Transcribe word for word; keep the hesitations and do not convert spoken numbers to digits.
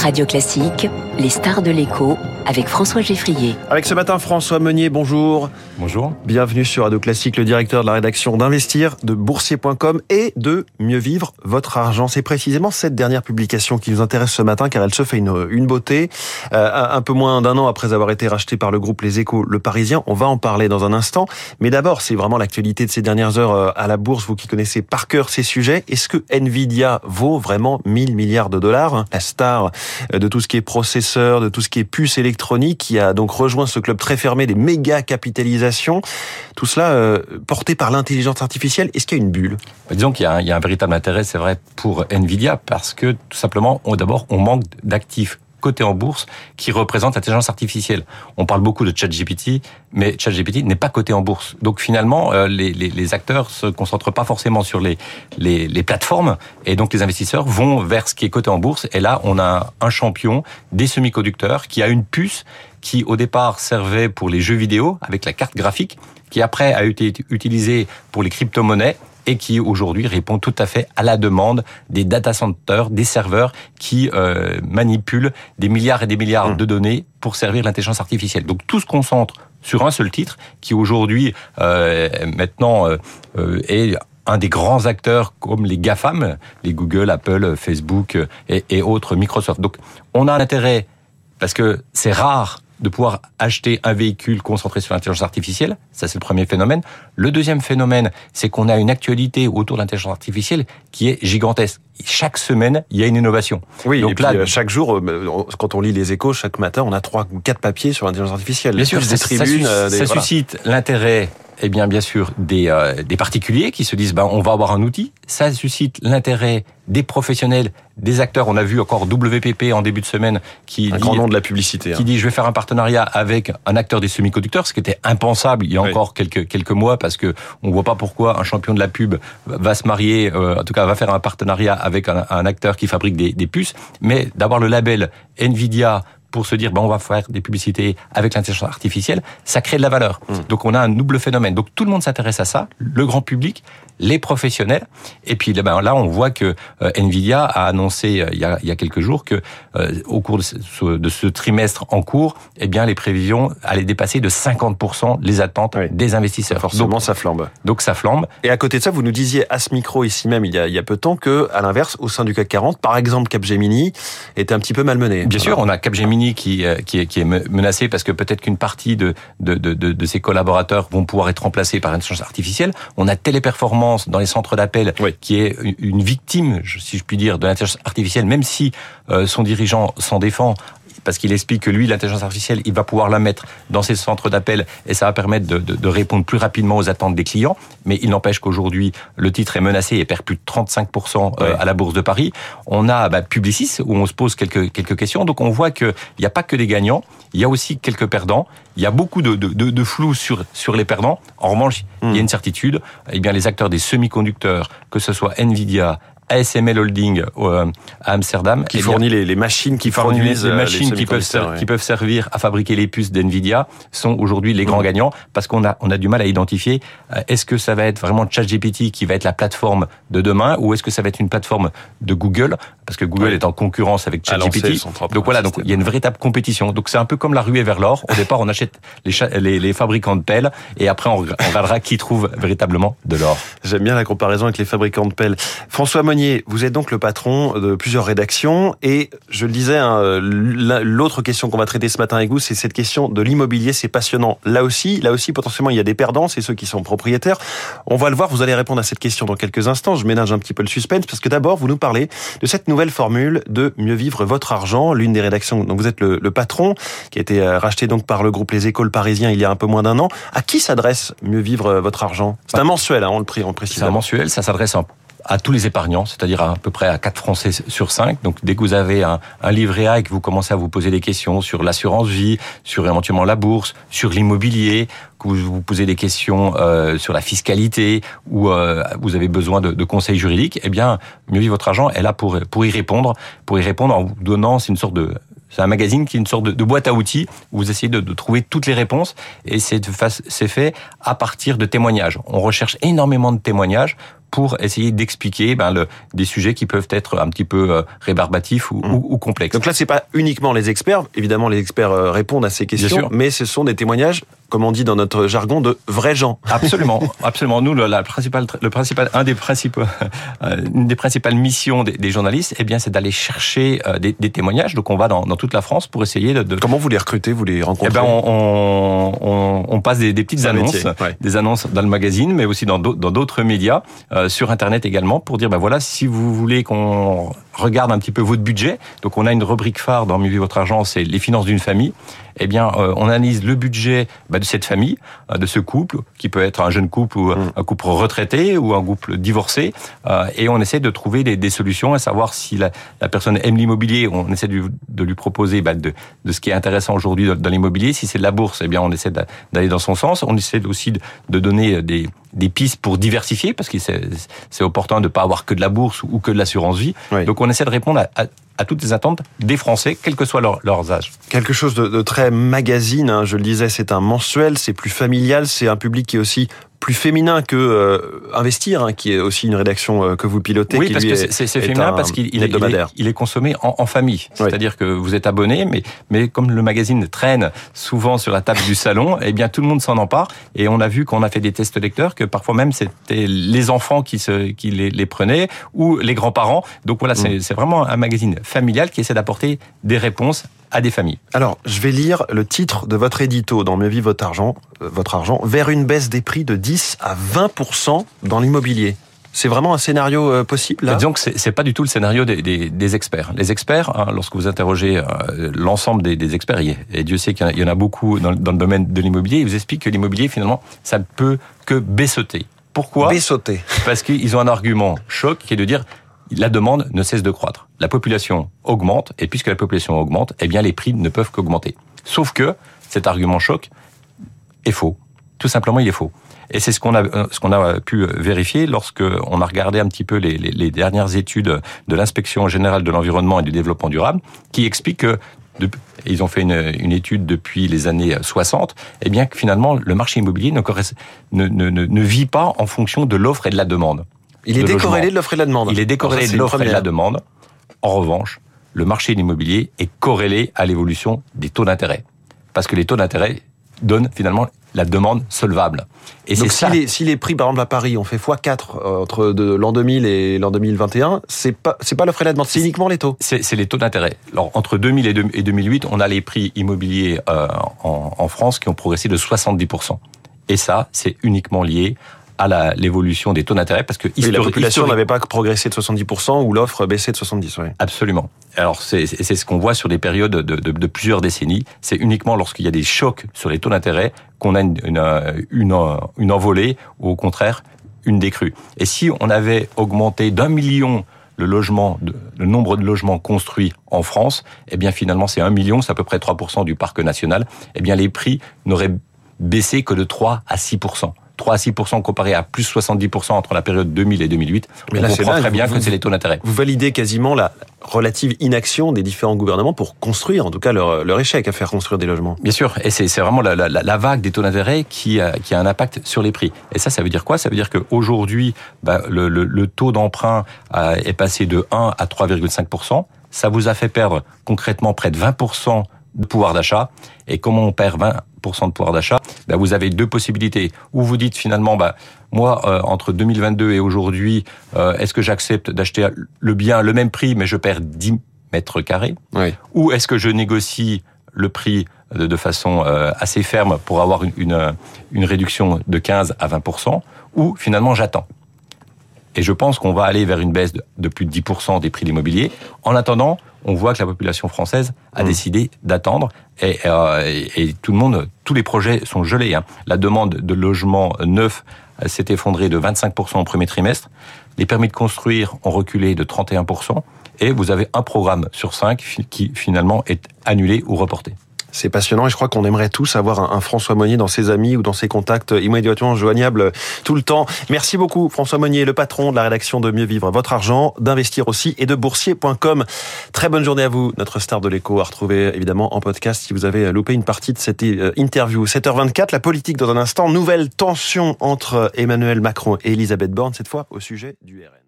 Radio Classique, les stars de l'écho, avec François Geffrier. Avec ce matin, François Meunier, bonjour. Bonjour. Bienvenue sur Radio Classique, le directeur de la rédaction d'Investir, de Boursier point com et de Mieux vivre votre argent. C'est précisément cette dernière publication qui nous intéresse ce matin, car elle se fait une, une beauté. Euh, un peu moins d'un an après avoir été racheté par le groupe Les Échos, Le Parisien. On va en parler dans un instant. Mais d'abord, c'est vraiment l'actualité de ces dernières heures à la bourse. Vous qui connaissez par cœur ces sujets, est-ce que Nvidia vaut vraiment mille milliards de dollars? La star de tout ce qui est processeur, de tout ce qui est puce électronique, qui a donc rejoint ce club très fermé des méga capitalisations. Tout cela euh, porté par l'intelligence artificielle. Est-ce qu'il y a une bulle? Disons qu'il y a, un, il y a un véritable intérêt, c'est vrai, pour Nvidia, parce que tout simplement, on, d'abord, on manque d'actifs cotés en bourse qui représentent l'intelligence artificielle. On parle beaucoup de ChatGPT, mais ChatGPT n'est pas coté en bourse. Donc finalement, euh, les, les, les acteurs se concentrent pas forcément sur les, les, les plateformes, et donc les investisseurs vont vers ce qui est coté en bourse. Et là, on a un champion des semi-conducteurs qui a une puce qui au départ servait pour les jeux vidéo avec la carte graphique, qui après a été utilisée pour les crypto-monnaies, et qui aujourd'hui répond tout à fait à la demande des data centers, des serveurs qui euh, manipulent des milliards et des milliards mmh. de données pour servir l'intelligence artificielle. Donc tout se concentre sur un seul titre qui aujourd'hui euh, maintenant euh, est un des grands acteurs comme les GAFAM, les Google, Apple, Facebook et, et autres, Microsoft. Donc on a un intérêt parce que c'est rare de pouvoir acheter un véhicule concentré sur l'intelligence artificielle. Ça, c'est le premier phénomène. Le deuxième phénomène, c'est qu'on a une actualité autour de l'intelligence artificielle qui est gigantesque. Chaque semaine, il y a une innovation. Oui, donc et là, puis, chaque jour, quand on lit les Échos, chaque matin, on a trois ou quatre papiers sur l'intelligence artificielle. Bien sûr, des ça, tribunes, ça, des, ça voilà. suscite l'intérêt, eh bien, bien sûr, des, euh, des particuliers qui se disent, ben, on va avoir un outil. Ça suscite l'intérêt des professionnels, des acteurs. On a vu encore W P P en début de semaine qui un dit, grand nom de la publicité, qui hein. dit je vais faire un partenariat avec un acteur des semi-conducteurs, ce qui était impensable il y a oui. encore quelques quelques mois, parce que on voit pas pourquoi un champion de la pub va se marier, euh, en tout cas va faire un partenariat avec un, un acteur qui fabrique des, des puces. Mais d'avoir le label Nvidia pour se dire, ben, on va faire des publicités avec l'intelligence artificielle, ça crée de la valeur. Mmh. Donc, on a un double phénomène. Donc, tout le monde s'intéresse à ça, le grand public, les professionnels. Et puis, ben, là, on voit que euh, Nvidia a annoncé, euh, il y a, il y a quelques jours, que euh, au cours de ce, de ce trimestre en cours, eh bien, les prévisions allaient dépasser de cinquante pour cent les attentes oui. des investisseurs. Forcément, donc, ça flambe. Donc, ça flambe. Et à côté de ça, vous nous disiez à ce micro ici même, il y a, il y a peu de temps, que, à l'inverse, au sein du C A C quarante, par exemple, Capgemini était un petit peu malmené. Bien sûr, on a Capgemini qui, qui, est, qui est menacé parce que peut-être qu'une partie de, de, de, de ses collaborateurs vont pouvoir être remplacés par l'intelligence artificielle. On a Téléperformance dans les centres d'appel oui. qui est une victime, si je puis dire, de l'intelligence artificielle, même si euh, son dirigeant s'en défend, parce qu'il explique que lui, l'intelligence artificielle, il va pouvoir la mettre dans ses centres d'appel et ça va permettre de, de, de répondre plus rapidement aux attentes des clients. Mais il n'empêche qu'aujourd'hui, le titre est menacé et perd plus de trente-cinq pour cent ouais. à la Bourse de Paris. On a bah, Publicis, où on se pose quelques, quelques questions. Donc on voit qu'il n'y a pas que des gagnants, il y a aussi quelques perdants. Il y a beaucoup de, de, de, de flou sur, sur les perdants. En revanche, mmh. il y a une certitude. Eh bien, les acteurs des semi-conducteurs, que ce soit Nvidia, A S M L Holding euh, à Amsterdam, qui eh fournit bien, les, les machines qui, qui fournissent les machines les qui peuvent ser- ouais. qui peuvent servir à fabriquer les puces d'Nvidia, sont aujourd'hui les grands mmh. gagnants, parce qu'on a on a du mal à identifier euh, est-ce que ça va être vraiment ChatGPT qui va être la plateforme de demain, ou est-ce que ça va être une plateforme de Google, parce que Google ouais. est en concurrence avec ChatGPT. Donc voilà, donc il y a une véritable compétition. Donc c'est un peu comme la ruée vers l'or. Au départ, on achète les, cha- les, les fabricants de pelles, et après on, on regardera qui trouve véritablement de l'or. J'aime bien la comparaison avec les fabricants de pelles. François Meunier, vous êtes donc le patron de plusieurs rédactions, et je le disais, hein, l'autre question qu'on va traiter ce matin avec vous, c'est cette question de l'immobilier. C'est passionnant. Là aussi, là aussi, potentiellement, il y a des perdants, c'est ceux qui sont propriétaires. On va le voir, vous allez répondre à cette question dans quelques instants. Je ménage un petit peu le suspense, parce que d'abord, vous nous parlez de cette nouvelle formule de mieux vivre votre argent, l'une des rédactions dont vous êtes le, le patron, qui a été racheté donc par le groupe Les Échos, Le Parisien, il y a un peu moins d'un an. À qui s'adresse mieux vivre votre argent? C'est bah, un mensuel, hein, on le prie, on précise. C'est un mensuel, ça s'adresse en à tous les épargnants, c'est-à-dire à, à peu près à quatre Français sur cinq. Donc, dès que vous avez un, un livret A et que vous commencez à vous poser des questions sur l'assurance vie, sur éventuellement la bourse, sur l'immobilier, que vous vous posez des questions euh, sur la fiscalité, ou euh, vous avez besoin de, de conseils juridiques, eh bien, Mieux vivre votre argent est là pour pour y répondre, pour y répondre en vous donnant, c'est une sorte de C'est un magazine qui est une sorte de, de boîte à outils où vous essayez de, de trouver toutes les réponses, et c'est, de face, c'est fait à partir de témoignages. On recherche énormément de témoignages pour essayer d'expliquer ben, le, des sujets qui peuvent être un petit peu euh, rébarbatifs ou, mmh. ou, ou complexes. Donc là, c'est pas uniquement les experts. Évidemment, les experts euh, répondent à ces questions, mais ce sont des témoignages, comme on dit dans notre jargon, de vrais gens. Absolument, absolument. Nous, le, la principale, le principal, un des principaux, euh, une des principales missions des, des journalistes, eh bien, c'est d'aller chercher euh, des, des témoignages. Donc, on va dans, dans toute la France pour essayer de. de... Comment vous les recrutez, vous les rencontrez? Eh ben, on, on, on passe des, des petites un annonces, métier, ouais. des annonces dans le magazine, mais aussi dans d'autres, dans d'autres médias, euh, sur Internet également, pour dire, ben voilà, si vous voulez qu'on regarde un petit peu votre budget. Donc, on a une rubrique phare dans Mieux vivre votre argent, c'est les finances d'une famille. Eh bien, euh, on analyse le budget bah, de cette famille, euh, de ce couple, qui peut être un jeune couple ou mmh. un couple retraité ou un couple divorcé, euh, et on essaie de trouver des, des solutions, à savoir si la, la personne aime l'immobilier, on essaie de, de lui proposer bah, de, de ce qui est intéressant aujourd'hui dans, dans l'immobilier. Si c'est de la bourse, eh bien, on essaie d'aller dans son sens. On essaie aussi de, de donner des, des pistes pour diversifier, parce que c'est, c'est opportun de ne pas avoir que de la bourse ou que de l'assurance vie. Oui. Donc, on essaie de répondre à, à à toutes les attentes des Français, quel que soit leur, leurs âges. Quelque chose de, de très magazine, hein, je le disais, c'est un mensuel, c'est plus familial, c'est un public qui est aussi plus féminin que euh, Investir, hein, qui est aussi une rédaction euh, que vous pilotez. Oui, qui parce lui que est, c'est, c'est féminin parce qu'il il est, il, est, il est consommé en, en famille. Oui. C'est-à-dire que vous êtes abonné, mais, mais comme le magazine traîne souvent sur la table du salon, eh bien tout le monde s'en empare. Et on a vu qu'on a fait des tests lecteurs que parfois même c'était les enfants qui, se, qui les, les prenaient ou les grands-parents. Donc voilà, mmh. c'est, c'est vraiment un magazine familial qui essaie d'apporter des réponses à des familles. Alors, je vais lire le titre de votre édito dans Mieux vivre votre argent, euh, votre argent, vers une baisse des prix de dix à vingt pour cent dans l'immobilier. C'est vraiment un scénario euh, possible, là? Disons que c'est, c'est pas du tout le scénario des, des, des experts. Les experts, hein, lorsque vous interrogez euh, l'ensemble des, des experts, et Dieu sait qu'il y en a, il y en a beaucoup dans, dans le domaine de l'immobilier, ils vous expliquent que l'immobilier, finalement, ça ne peut que baissoter. Pourquoi? Baissoter. Parce qu'ils ont un argument choc qui est de dire la demande ne cesse de croître. La population augmente, et puisque la population augmente, eh bien les prix ne peuvent qu'augmenter. Sauf que cet argument choc est faux. Tout simplement, il est faux. Et c'est ce qu'on a, ce qu'on a pu vérifier lorsque on a regardé un petit peu les, les, les dernières études de l'Inspection générale de l'environnement et du développement durable, qui expliquent que ils ont fait une, une étude depuis les années soixante, eh bien que finalement le marché immobilier ne, ne, ne, ne vit pas en fonction de l'offre et de la demande. Il est décorrélé de l'offre et de la demande. Il est décorrélé de l'offre et de la demande. En revanche, le marché de l'immobilier est corrélé à l'évolution des taux d'intérêt. Parce que les taux d'intérêt donnent finalement la demande solvable. Et donc c'est si, les, si les prix, par exemple à Paris, ont fait fois quatre euh, entre de l'an deux mille et l'an deux mille vingt et un, c'est pas, c'est pas l'offre et la demande, c'est uniquement les taux. C'est, c'est les taux d'intérêt. Alors entre deux mille et deux mille huit, on a les prix immobiliers euh, en, en France qui ont progressé de soixante-dix pour cent. Et ça, c'est uniquement lié à la, l'évolution des taux d'intérêt, parce que oui, la population n'avait pas progressé de soixante-dix pour cent ou l'offre baissait de soixante-dix pour cent. Oui. Absolument. Alors c'est, c'est ce qu'on voit sur des périodes de, de, de plusieurs décennies. C'est uniquement lorsqu'il y a des chocs sur les taux d'intérêt qu'on a une, une, une, une envolée ou au contraire une décrue. Et si on avait augmenté d'un million le logement, le nombre de logements construits en France, eh bien finalement c'est un million, c'est à peu près trois pour cent du parc national. Eh bien les prix n'auraient baissé que de trois à six pour cent. trois à six pour cent comparé à plus soixante-dix pour cent entre la période deux mille et deux mille huit. Mais on là, comprend là, très bien vous, que c'est les taux d'intérêt. Vous validez quasiment la relative inaction des différents gouvernements pour construire, en tout cas leur, leur échec à faire construire des logements. Bien sûr, et c'est, c'est vraiment la, la, la vague des taux d'intérêt qui a, qui a un impact sur les prix. Et ça, ça veut dire quoi? Ça veut dire qu'aujourd'hui, bah, le, le, le taux d'emprunt a, est passé de un à trois virgule cinq pour cent. Ça vous a fait perdre concrètement près de vingt pour cent de pouvoir d'achat. Et comment on perd vingt pour cent de pouvoir d'achat? Ben vous avez deux possibilités. Ou vous dites finalement, ben, moi, euh, entre deux mille vingt-deux et aujourd'hui, euh, est-ce que j'accepte d'acheter le bien, le même prix, mais je perds dix mètres carrés? Oui. Ou est-ce que je négocie le prix de, de façon euh, assez ferme pour avoir une, une, une réduction de quinze à vingt pour cent? Ou finalement, j'attends? Et je pense qu'on va aller vers une baisse de, de plus de dix pour cent des prix de l'immobilier. En attendant, on voit que la population française a mmh. décidé d'attendre et, euh, et, et tout le monde, tous les projets sont gelés. Hein. La demande de logements neufs s'est effondrée de vingt-cinq pour cent au premier trimestre. Les permis de construire ont reculé de trente et un pour cent. Et vous avez un programme sur cinq qui finalement est annulé ou reporté. C'est passionnant et je crois qu'on aimerait tous avoir un, un François Monnier dans ses amis ou dans ses contacts immédiatement joignables tout le temps. Merci beaucoup François Monnier, le patron de la rédaction de Mieux Vivre Votre Argent, d'Investir aussi et de boursier point com. Très bonne journée à vous, notre star de l'écho à retrouver évidemment en podcast si vous avez loupé une partie de cette interview. sept heures vingt-quatre, la politique dans un instant, nouvelle tension entre Emmanuel Macron et Elisabeth Borne, cette fois au sujet du R N.